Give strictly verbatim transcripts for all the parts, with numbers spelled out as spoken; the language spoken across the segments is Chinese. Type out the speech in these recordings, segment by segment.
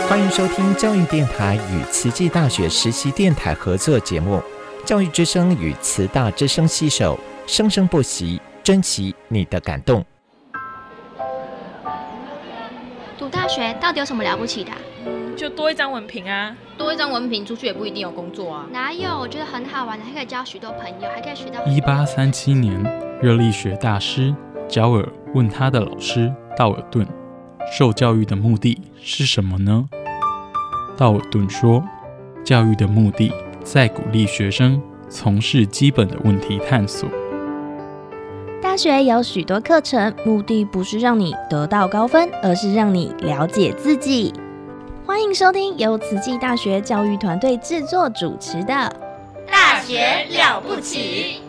欢迎收听教育电台与慈济大学实习电台合作节目《教育之声》与慈大之声携手，生生不息，珍惜你的感动。 读大学到底有什么了不起的、啊？ 嗯，就多一张文凭啊。 多一张文凭，出去也不一定有工作啊。 哪有？我觉得很好玩的，还可以交许多朋友，还可以学到。 一八三七年，热力学大师焦耳问他的老师道尔顿，受教育的目的是什么呢？道尔顿说，教育的目的在鼓励学生从事基本的问题探索。 大学有许多课程，目的不是让你得到高分，而是让你了解自己。欢迎收听由慈济大学教育团队制作主持的《 大学了不起》。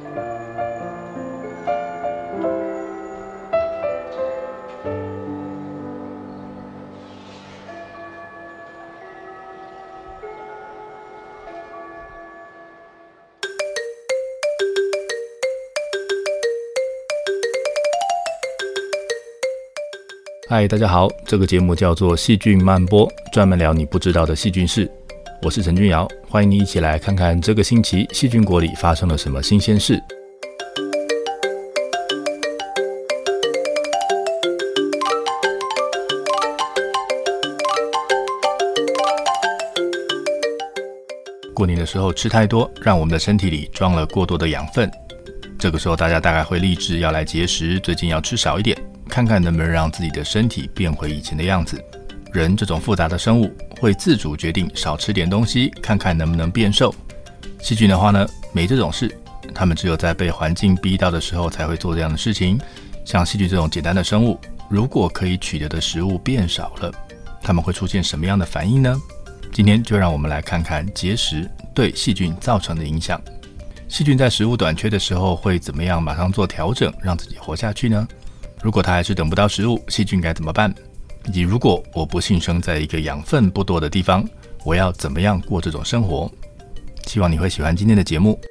嗨，大家好，这个节目叫做细菌漫播，专门聊你不知道的细菌事。我是陈君尧，欢迎你一起来看看这个星期细菌国里发生了什么新鲜事。过年的时候吃太多，让我们的身体里装了过多的养分，这个时候大家大概会立志要来节食，最近要吃少一点，看看能不能让自己的身体变回以前的样子。人这种复杂的生物会自主决定少吃点东西，看看能不能变瘦。细菌的话呢，没这种事，他们只有在被环境逼到的时候才会做这样的事情。像细菌这种简单的生物，如果可以取得的食物变少了，它们会出现什么样的反应呢？今天就让我们来看看节食对细菌造成的影响。细菌在食物短缺的时候会怎么样马上做调整，让自己活下去呢？如果它还是等不到食物，细菌该怎么办？以及如果我不幸生在一个养分不多的地方，我要怎么样过这种生活？希望你会喜欢今天的节目。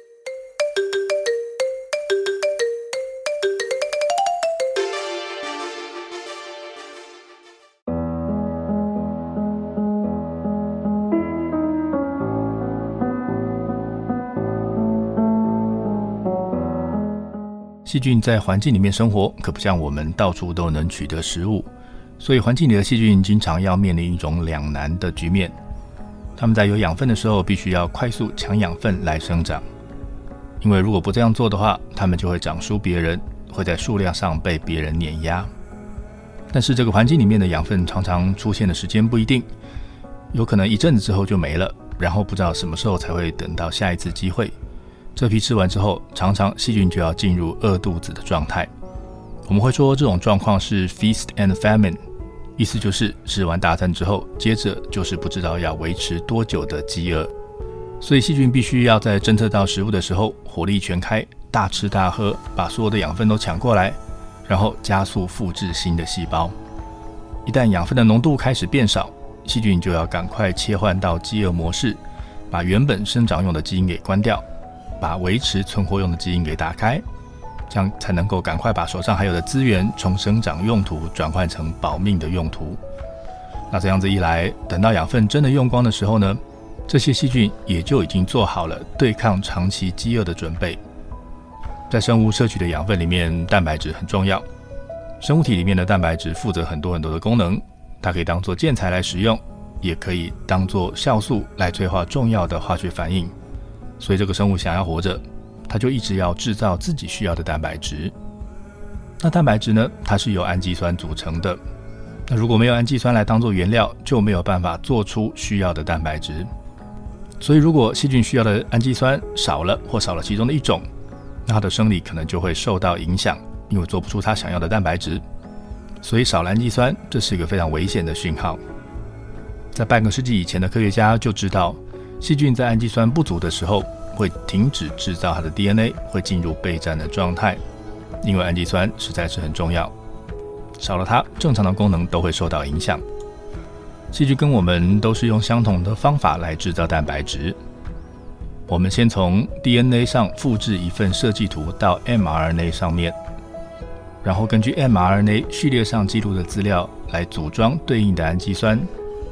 细菌在环境里面生活，可不像我们到处都能取得食物，所以环境里的细菌经常要面临一种两难的局面。它们在有养分的时候，必须要快速抢养分来生长，因为如果不这样做的话，它们就会长输别人，会在数量上被别人碾压。但是这个环境里面的养分常常出现的时间不一定，有可能一阵子之后就没了，然后不知道什么时候才会等到下一次机会。这批吃完之后，常常细菌就要进入饿肚子的状态。我们会说这种状况是 feast and famine， 意思就是吃完大餐之后，接着就是不知道要维持多久的饥饿。所以细菌必须要在侦测到食物的时候，火力全开，大吃大喝，把所有的养分都抢过来，然后加速复制新的细胞。一旦养分的浓度开始变少，细菌就要赶快切换到饥饿模式，把原本生长用的基因给关掉，把维持存活用的基因给打开，这样才能够赶快把手上还有的资源从生长用途转换成保命的用途。那这样子一来，等到养分真的用光的时候呢，这些细菌也就已经做好了对抗长期饥饿的准备。在生物摄取的养分里面，蛋白质很重要。生物体里面的蛋白质负责很多很多的功能，它可以当作建材来使用，也可以当作酵素来催化重要的化学反应。所以这个生物想要活着，它就一直要制造自己需要的蛋白质。那蛋白质呢，它是由氨基酸组成的。那如果没有氨基酸来当作原料，就没有办法做出需要的蛋白质。所以如果细菌需要的氨基酸少了，或少了其中的一种，那它的生理可能就会受到影响，因为做不出它想要的蛋白质。所以少了氨基酸，这是一个非常危险的讯号。在半个世纪以前的科学家就知道，细菌在氨基酸不足的时候，会停止制造它的 D N A， 会进入备战的状态，因为氨基酸实在是很重要，少了它，正常的功能都会受到影响。细菌跟我们都是用相同的方法来制造蛋白质。我们先从 D N A 上复制一份设计图到 m R N A 上面，然后根据 m R N A 序列上记录的资料来组装对应的氨基酸，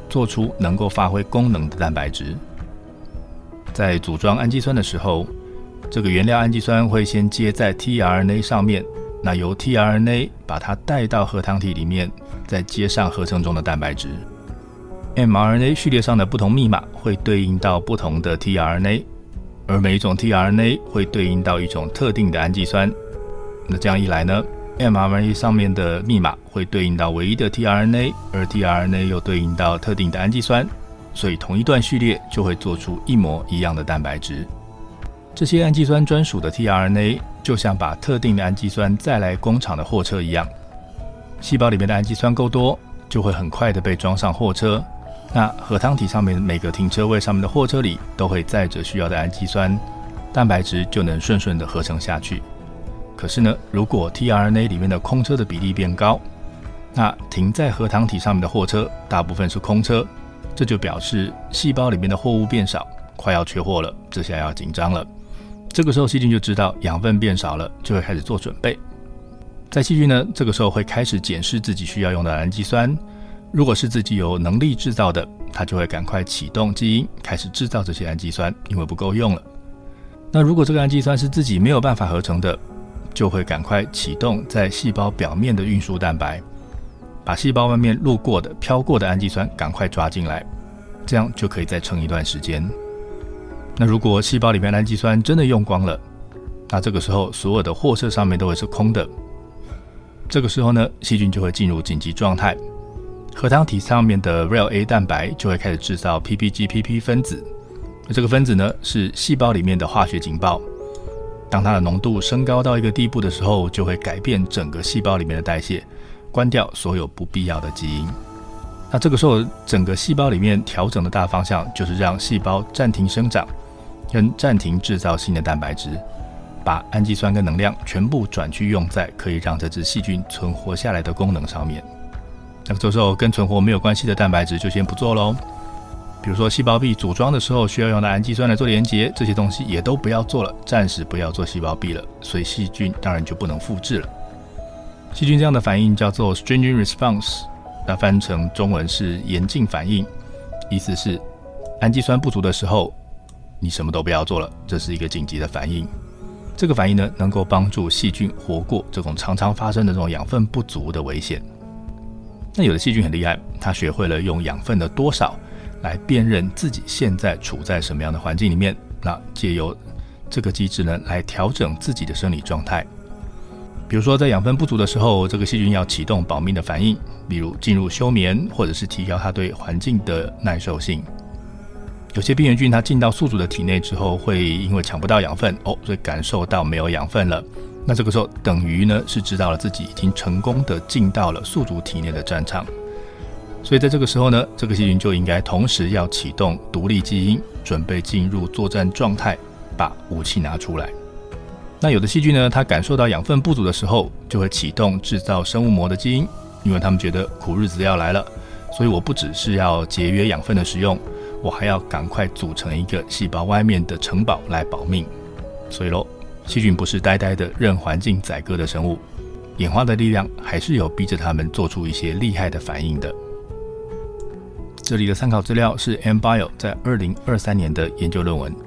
做出能够发挥功能的蛋白质。在组装氨基酸的时候，这个原料氨基酸会先接在 tRNA 上面，那由 tRNA 把它带到核糖体里面，再接上合成中的蛋白质。mRNA 序列上的不同密码会对应到不同的 tRNA， 而每一种 tRNA 会对应到一种特定的氨基酸。那这样一来呢， mRNA 上面的密码会对应到唯一的 tRNA， 而 tRNA 又对应到特定的氨基酸，所以同一段序列就会做出一模一样的蛋白质。这些氨基酸专属的 tRNA 就像把特定的氨基酸载来工厂的货车一样，细胞里面的氨基酸够多，就会很快的被装上货车。那核糖体上面每个停车位上面的货车里都会载着需要的氨基酸，蛋白质就能顺顺的合成下去。可是呢，如果 tRNA 里面的空车的比例变高，那停在核糖体上面的货车大部分是空车，这就表示细胞里面的货物变少，快要缺货了，这下要紧张了。这个时候细菌就知道养分变少了，就会开始做准备。在细菌呢，这个时候会开始检视自己需要用的氨基酸，如果是自己有能力制造的，它就会赶快启动基因，开始制造这些氨基酸，因为不够用了。那如果这个氨基酸是自己没有办法合成的，就会赶快启动在细胞表面的运输蛋白，把细胞外面路过的飘过的氨基酸赶快抓进来，这样就可以再撑一段时间。那如果细胞里面的氨基酸真的用光了，那这个时候所有的货车上面都会是空的。这个时候呢，细菌就会进入紧急状态，核糖体上面的 R E L A 蛋白就会开始制造 P P G P P 分子，这个分子呢是细胞里面的化学警报。当它的浓度升高到一个地步的时候，就会改变整个细胞里面的代谢，关掉所有不必要的基因。那这个时候整个细胞里面调整的大方向就是让细胞暂停生长跟暂停制造新的蛋白质，把氨基酸跟能量全部转去用在可以让这只细菌存活下来的功能上面。那这时候跟存活没有关系的蛋白质就先不做咯，比如说细胞壁组装的时候需要用到氨基酸来做连结，这些东西也都不要做了，暂时不要做细胞壁了，所以细菌当然就不能复制了。细菌这样的反应叫做 stringent response， 那翻成中文是严禁反应，意思是氨基酸不足的时候你什么都不要做了，这是一个紧急的反应。这个反应呢，能够帮助细菌活过这种常常发生的这种养分不足的危险。那有的细菌很厉害，它学会了用养分的多少来辨认自己现在处在什么样的环境里面，那借由这个机制呢，来调整自己的生理状态。比如说在养分不足的时候，这个细菌要启动保命的反应，比如进入休眠，或者是提高它对环境的耐受性。有些病原菌它进到宿主的体内之后，会因为抢不到养分哦，所以感受到没有养分了。那这个时候等于呢是知道了自己已经成功的进到了宿主体内的战场。所以在这个时候呢，这个细菌就应该同时要启动独立基因，准备进入作战状态，把武器拿出来。那有的细菌呢，它感受到养分不足的时候，就会启动制造生物膜的基因，因为他们觉得苦日子要来了，所以我不只是要节约养分的使用，我还要赶快组成一个细胞外面的城堡来保命。所以咯，细菌不是呆呆的任环境宰割的生物，演化的力量还是有逼着他们做出一些厉害的反应的。这里的参考资料是 AmBio 在二零二三年的研究论文。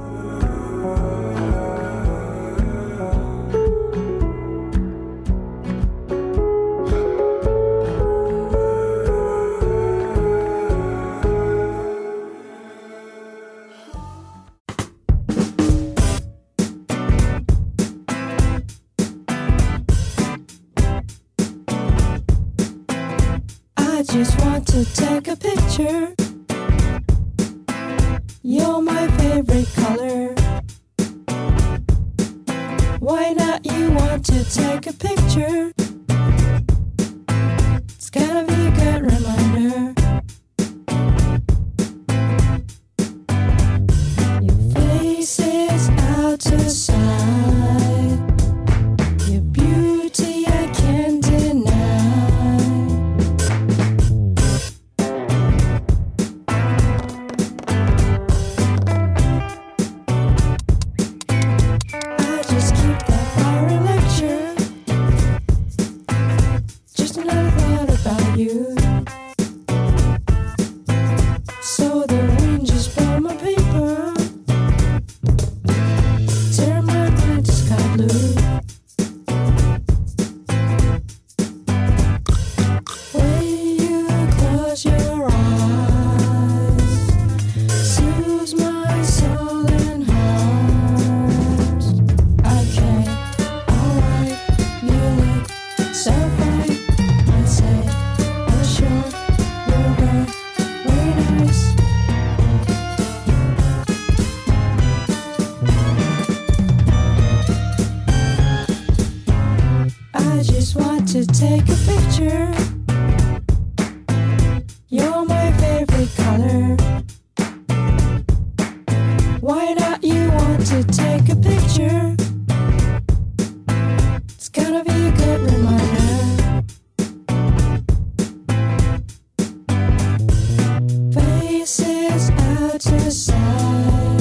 Just want to take a picture. You're my favorite color. Why not you want to take a picture? It's gonna be a good reminder. Your face is out to side. Your beauty I can't deny. You You're my favorite color. Why not you want to take a picture? It's gonna be a good reminder. Faces out to side.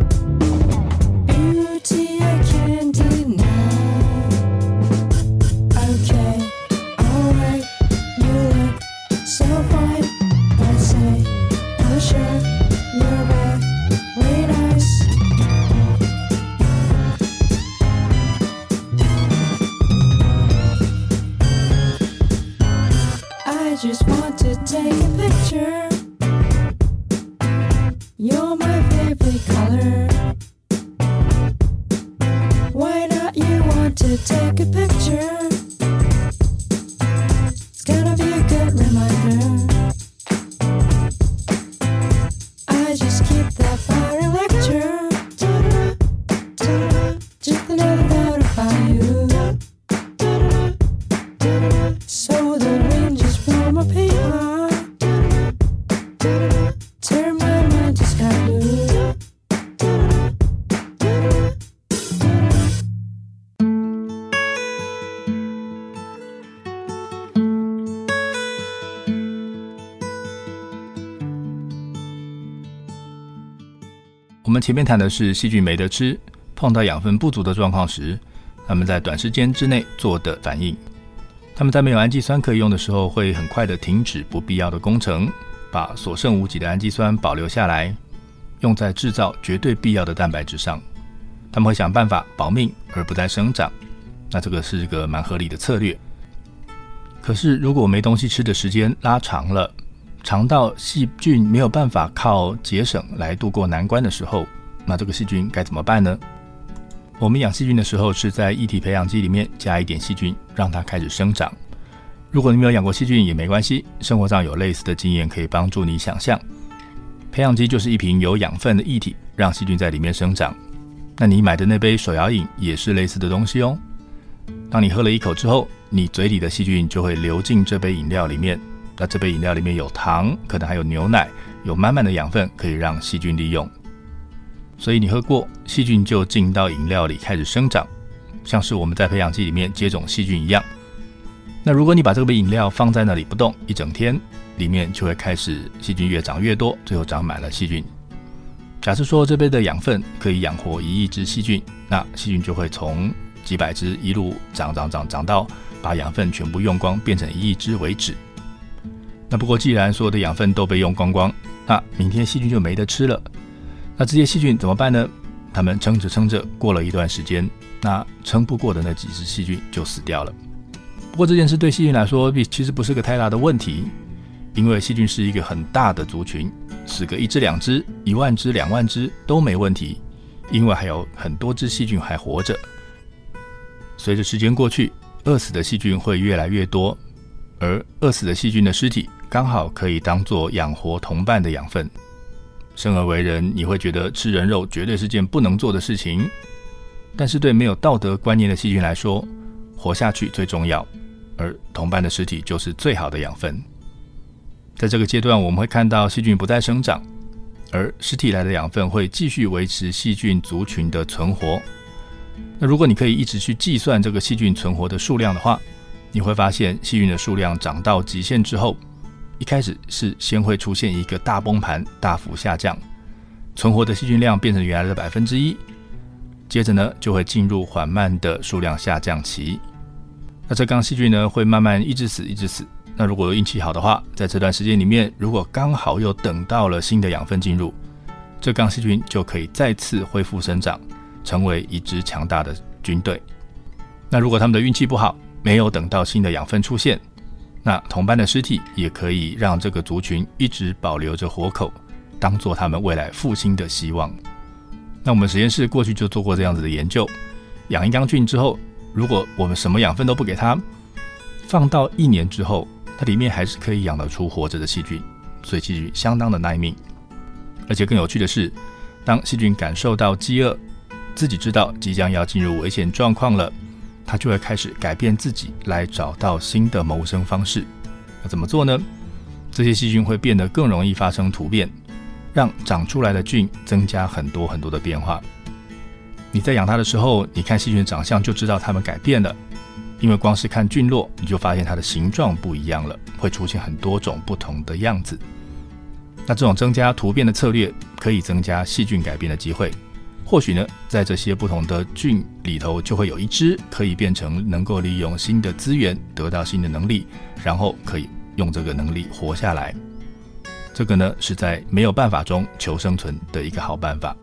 Beauty I can't deny. Okay, alright, you look so fine. I say, oh sure, you're very nice. I just want to take a picture. You're my favorite color. Why not you want to take a picture? It's gonna be a good reminder. I just keep that fire lecture. Just another doubt about you. So the wind just blow my paper. Turn my mind to sky blue. 我们前面谈的是细菌没得吃，碰到养分不足的状况时，它们在短时间之内做的反应。它们在没有氨基酸可以用的时候，会很快的停止不必要的工程，把所剩无几的氨基酸保留下来，用在制造绝对必要的蛋白质上。它们会想办法保命而不再生长，那这个是一个蛮合理的策略。可是如果没东西吃的时间拉长了，长到细菌没有办法靠节省来度过难关的时候，那这个细菌该怎么办呢？我们养细菌的时候是在液体培养基里面加一点细菌，让它开始生长。如果你没有养过细菌也没关系，生活上有类似的经验可以帮助你想象。培养基就是一瓶有养分的液体，让细菌在里面生长。那你买的那杯手摇饮也是类似的东西哦。当你喝了一口之后，你嘴里的细菌就会流进这杯饮料里面。那这杯饮料里面有糖，可能还有牛奶，有满满的养分可以让细菌利用。所以你喝过，细菌就进到饮料里开始生长，像是我们在培养基里面接种细菌一样。那如果你把这杯饮料放在那里不动一整天，里面就会开始细菌越长越多，最后长满了细菌。假设说这杯的养分可以养活一亿只细菌，那细菌就会从几百只一路长长长长到把养分全部用光，变成一亿只为止。那不过既然所有的养分都被用光光，那明天细菌就没得吃了。那这些细菌怎么办呢？它们撑着撑着，过了一段时间，那撑不过的那几只细菌就死掉了。不过这件事对细菌来说其实不是个太大的问题，因为细菌是一个很大的族群，死个一只两只、一万只、两万只都没问题，因为还有很多只细菌还活着。随着时间过去，饿死的细菌会越来越多，而饿死的细菌的尸体刚好可以当作养活同伴的养分。生而为人，你会觉得吃人肉绝对是件不能做的事情，但是对没有道德观念的细菌来说，活下去最重要，而同伴的尸体就是最好的养分。在这个阶段，我们会看到细菌不再生长，而尸体来的养分会继续维持细菌族群的存活。那如果你可以一直去计算这个细菌存活的数量的话，你会发现细菌的数量涨到极限之后，一开始是先会出现一个大崩盘，大幅下降，存活的细菌量变成原来的百分之一，接着呢就会进入缓慢的数量下降期。那这缸细菌呢会慢慢一直死一直死。那如果运气好的话，在这段时间里面，如果刚好又等到了新的养分进入，这缸细菌就可以再次恢复生长，成为一支强大的军队。那如果他们的运气不好，没有等到新的养分出现，那同伴的尸体也可以让这个族群一直保留着活口，当作他们未来复兴的希望。那我们实验室过去就做过这样子的研究，养一缸菌之后，如果我们什么养分都不给它，放到一年之后，它里面还是可以养得出活着的细菌，所以细菌相当的耐命。而且更有趣的是，当细菌感受到饥饿，自己知道即将要进入危险状况了，它就会开始改变自己来找到新的谋生方式。那怎么做呢？ 这些细菌会变得更容易发生突变，让长出来的菌增加很多很多的变化。你在养它的时候，你看细菌的长相就知道它们改变了，因为光是看菌落，你就发现它的形状不一样了，会出现很多种不同的样子。那这种增加突变的策略可以增加细菌改变的机会，或许呢，在这些不同的菌里头就会有一只可以变成能够利用新的资源得到新的能力，然后可以用这个能力活下来。这个呢，是在没有办法中求生存的一个好办法。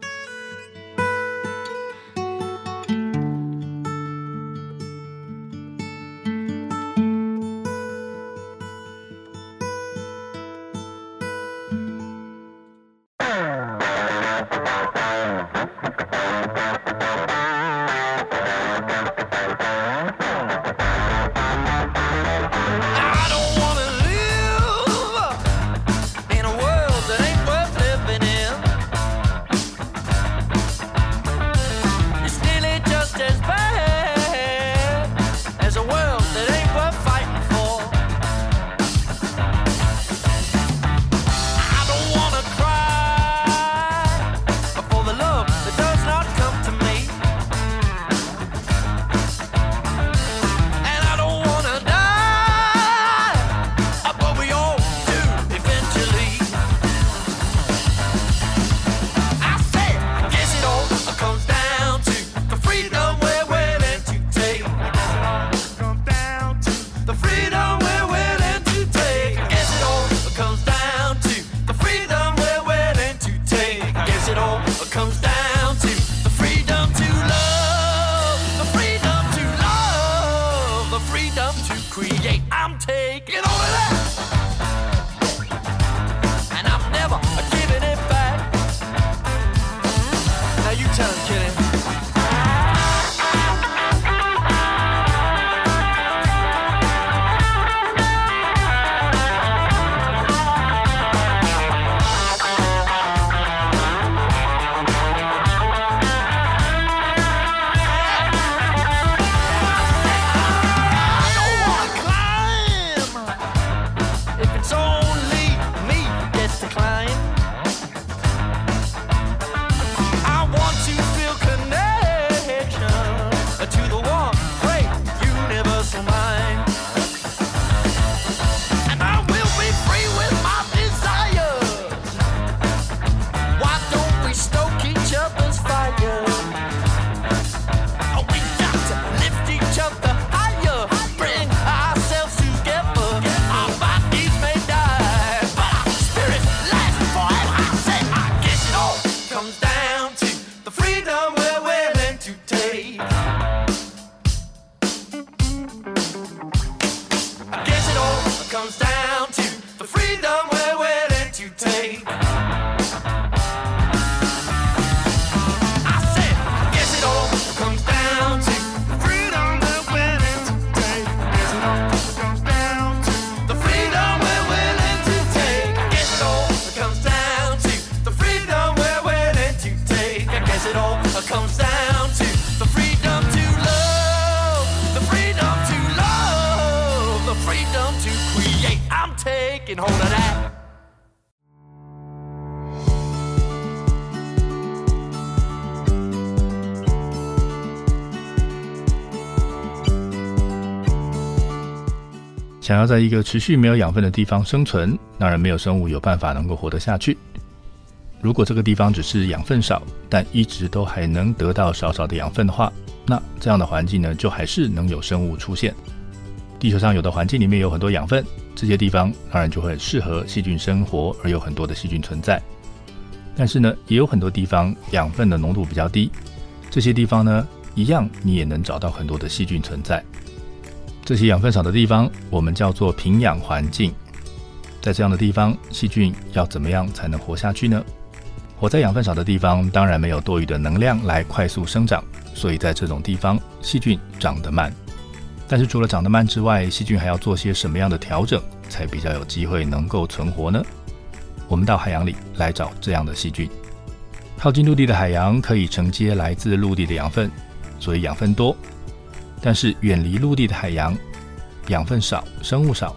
想要在一个持续没有养分的地方生存，当然没有生物有办法能够活得下去。如果这个地方只是养分少，但一直都还能得到少少的养分的话，那这样的环境呢，就还是能有生物出现。地球上有的环境里面有很多养分，这些地方当然就会适合细菌生活，而有很多的细菌存在。但是呢，也有很多地方养分的浓度比较低，这些地方呢，一样你也能找到很多的细菌存在。这些养分少的地方，我们叫做贫氧环境。在这样的地方，细菌要怎么样才能活下去呢？活在养分少的地方，当然没有多余的能量来快速生长，所以在这种地方，细菌长得慢。但是除了长得慢之外，细菌还要做些什么样的调整，才比较有机会能够存活呢？我们到海洋里来找这样的细菌。靠近陆地的海洋可以承接来自陆地的养分，所以养分多。但是远离陆地的海洋，养分少，生物少，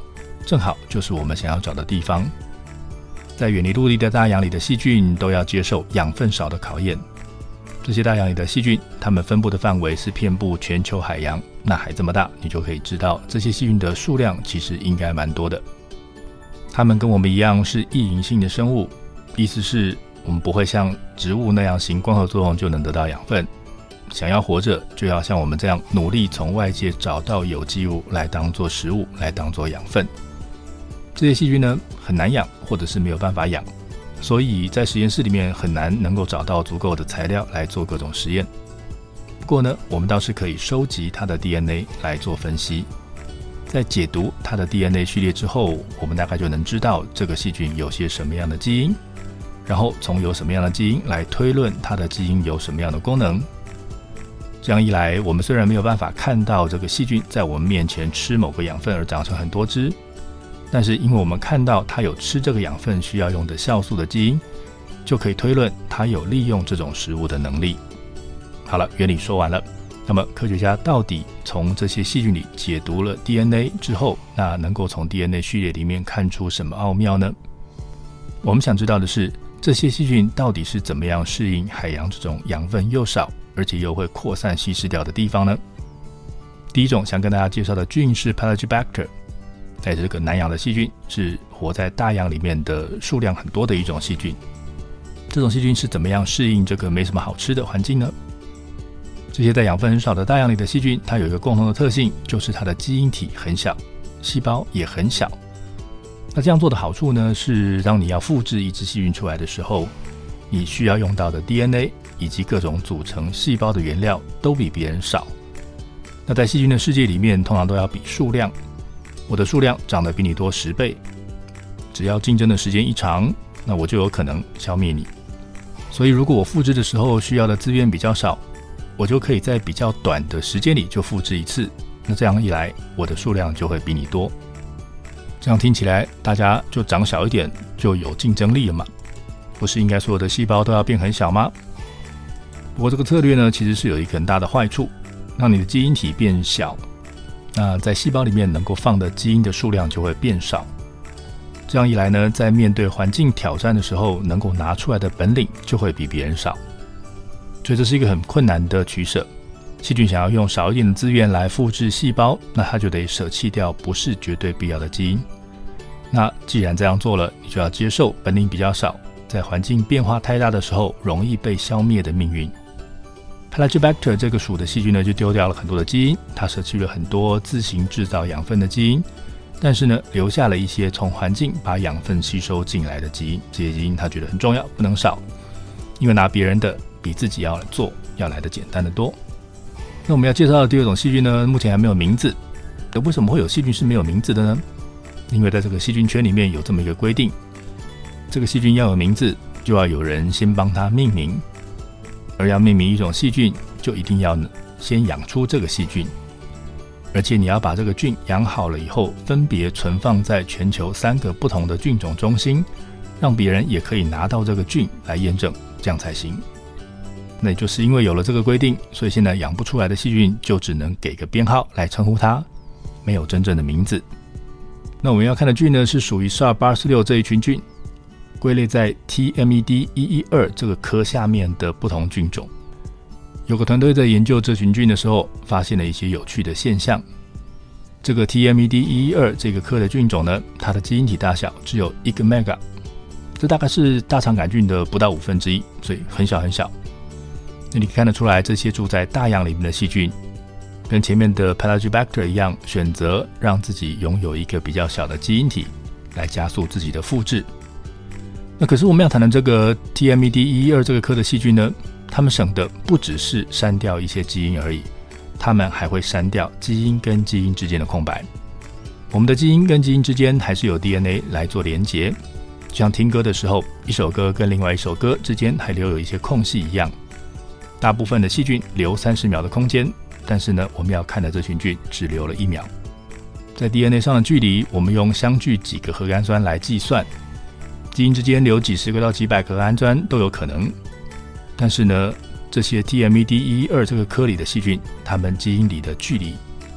正好就是我们想要找的地方。在远离陆地的大洋里的细菌都要接受养分少的考验。这些大洋里的细菌，它们分布的范围是遍布全球海洋。那海这么大，你就可以知道这些细菌的数量其实应该蛮多的。它们跟我们一样是异营性的生物，意思是我们不会像植物那样行光合作用就能得到养分。想要活着，就要像我们这样努力从外界找到有机物来当做食物，来当做养分。这些细菌呢，很难养，或者是没有办法养，所以在实验室里面很难能够找到足够的材料来做各种实验。不过呢，我们倒是可以收集它的 D N A 来做分析。在解读它的 D N A 序列之后，我们大概就能知道这个细菌有些什么样的基因，然后从有什么样的基因来推论它的基因有什么样的功能。这样一来，我们虽然没有办法看到这个细菌在我们面前吃某个养分而长成很多只，但是因为我们看到它有吃这个养分需要用的酵素的基因，就可以推论它有利用这种食物的能力。好了，原理说完了。那么科学家到底从这些细菌里解读了 D N A 之后，那能够从 D N A 序列里面看出什么奥妙呢？我们想知道的是，这些细菌到底是怎么样适应海洋这种养分又少而且又会扩散稀释掉的地方呢？第一种想跟大家介绍的菌是 Pelagibacter， 在这个南洋的细菌，是活在大洋里面的数量很多的一种细菌。这种细菌是怎么样适应这个没什么好吃的环境呢？这些在养分很少的大洋里的细菌，它有一个共同的特性，就是它的基因体很小，细胞也很小。那这样做的好处呢，是当你要复制一只细菌出来的时候，你需要用到的 D N A 以及各种组成细胞的原料都比别人少。那在细菌的世界里面，通常都要比数量，我的数量长得比你多十倍，只要竞争的时间一长，那我就有可能消灭你。所以如果我复制的时候需要的资源比较少，我就可以在比较短的时间里就复制一次，那这样一来，我的数量就会比你多。这样听起来，大家就长小一点就有竞争力了嘛？不是应该所有的细胞都要变很小吗？不过这个策略呢，其实是有一个很大的坏处，让你的基因体变小，那在细胞里面能够放的基因的数量就会变少。这样一来呢，在面对环境挑战的时候，能够拿出来的本领就会比别人少。所以这是一个很困难的取舍。细菌想要用少一点的资源来复制细胞，那它就得舍弃掉不是绝对必要的基因。那既然这样做了，你就要接受本领比较少，在环境变化太大的时候容易被消灭的命运。Pelagibacter 这个属的细菌呢，就丢掉了很多的基因，它舍去了很多自行制造养分的基因，但是呢，留下了一些从环境把养分吸收进来的基因。这些基因它觉得很重要，不能少，因为拿别人的比自己要做要来的简单的多。那我们要介绍的第二种细菌呢，目前还没有名字。为什么会有细菌是没有名字的呢？因为在这个细菌圈里面有这么一个规定，这个细菌要有名字，就要有人先帮它命名。而要命名一种细菌，就一定要先养出这个细菌，而且你要把这个菌养好了以后，分别存放在全球三个不同的菌种中心，让别人也可以拿到这个菌来验证，这样才行。那也就是因为有了这个规定，所以现在养不出来的细菌就只能给个编号来称呼它，没有真正的名字。那我们要看的菌呢，是属于 S A R S 八十六这一群菌，归类在 T M E D 一一二这个科下面的不同菌种。有个团队在研究这群菌的时候，发现了一些有趣的现象。这个 T M E D 一一二这个科的菌种呢，它的基因体大小只有一个 mega， 这大概是大肠杆菌的不到五分之一，所以很小很小。那你看得出来，这些住在大洋里面的细菌，跟前面的 Pelagibacter 一样，选择让自己拥有一个比较小的基因体，来加速自己的复制。那可是我们要谈的这个 T M E D 一一二这个科的细菌呢，它们省的不只是删掉一些基因而已，它们还会删掉基因跟基因之间的空白。我们的基因跟基因之间还是有 D N A 来做连结，就像听歌的时候，一首歌跟另外一首歌之间还留有一些空隙一样。大部分的细菌留三十秒的空间，但是呢，我们要看的这群菌只留了一秒。在 D N A 上的距离，我们用相距几个核苷酸来计算，基因之间留几十个到几百个核苷酸都有可能。但是呢，这些 T M E D 一一二这个科里的细菌，它们基因里的距离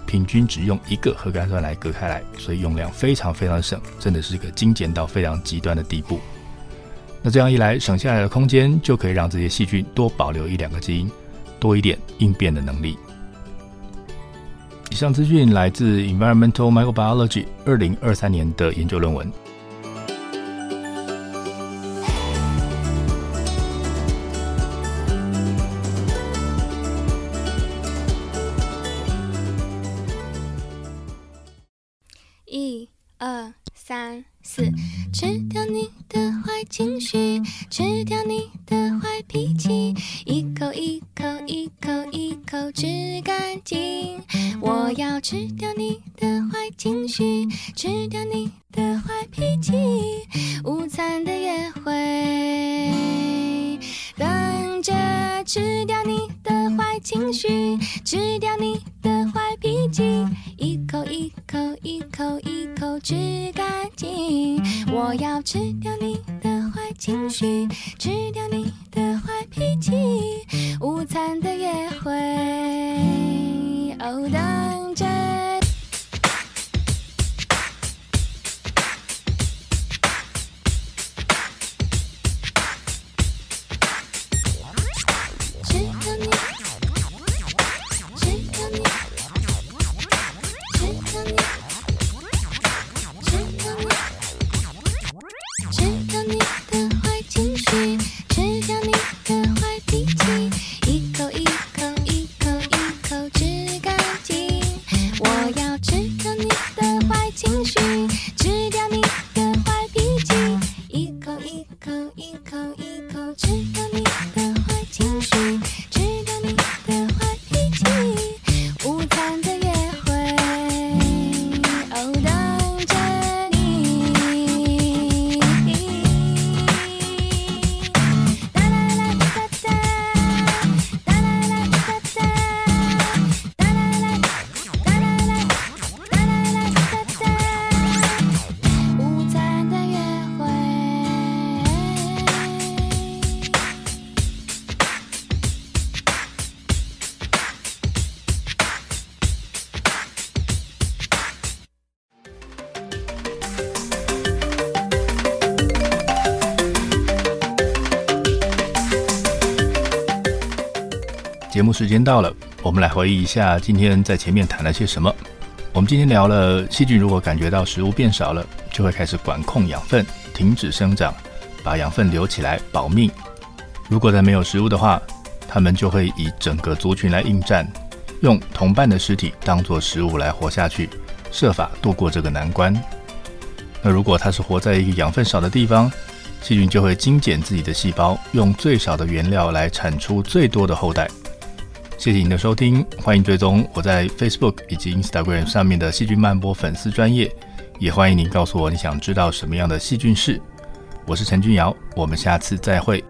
平均只用一个核苷酸来隔开来，所以用量非常非常省，真的是个精简到非常极端的地步。那这样一来，省下来的空间就可以让这些细菌多保留一两个基因，多一点应变的能力。以上资讯来自 Environmental Microbiology 二零二三年的研究论文。 一、二、三、四，吃掉你的坏情绪，吃掉你的坏脾气，一口一口一口一口吃干净。我要吃掉你的坏情绪，吃掉你的坏脾气，午餐的约会，等着吃掉你的坏情绪，吃掉你的坏脾气，一口一口一口一口吃干净。我要吃掉你的坏情绪，吃掉你的坏脾气，午餐的约会，哦，等着。 节目时间到了，我们来回忆一下今天在前面谈了些什么。我们今天聊了细菌如果感觉到食物变少了，就会开始管控养分，停止生长，把养分留起来保命。如果再没有食物的话，它们就会以整个族群来应战，用同伴的尸体当作食物来活下去，设法度过这个难关。那如果它是活在一个养分少的地方，细菌就会精简自己的细胞，用最少的原料来产出最多的后代。谢谢您的收听，欢迎追踪我在 Facebook 以及 Instagram 上面的细菌漫播粉丝专页，也欢迎您告诉我你想知道什么样的细菌事。我是陈君尧，我们下次再会。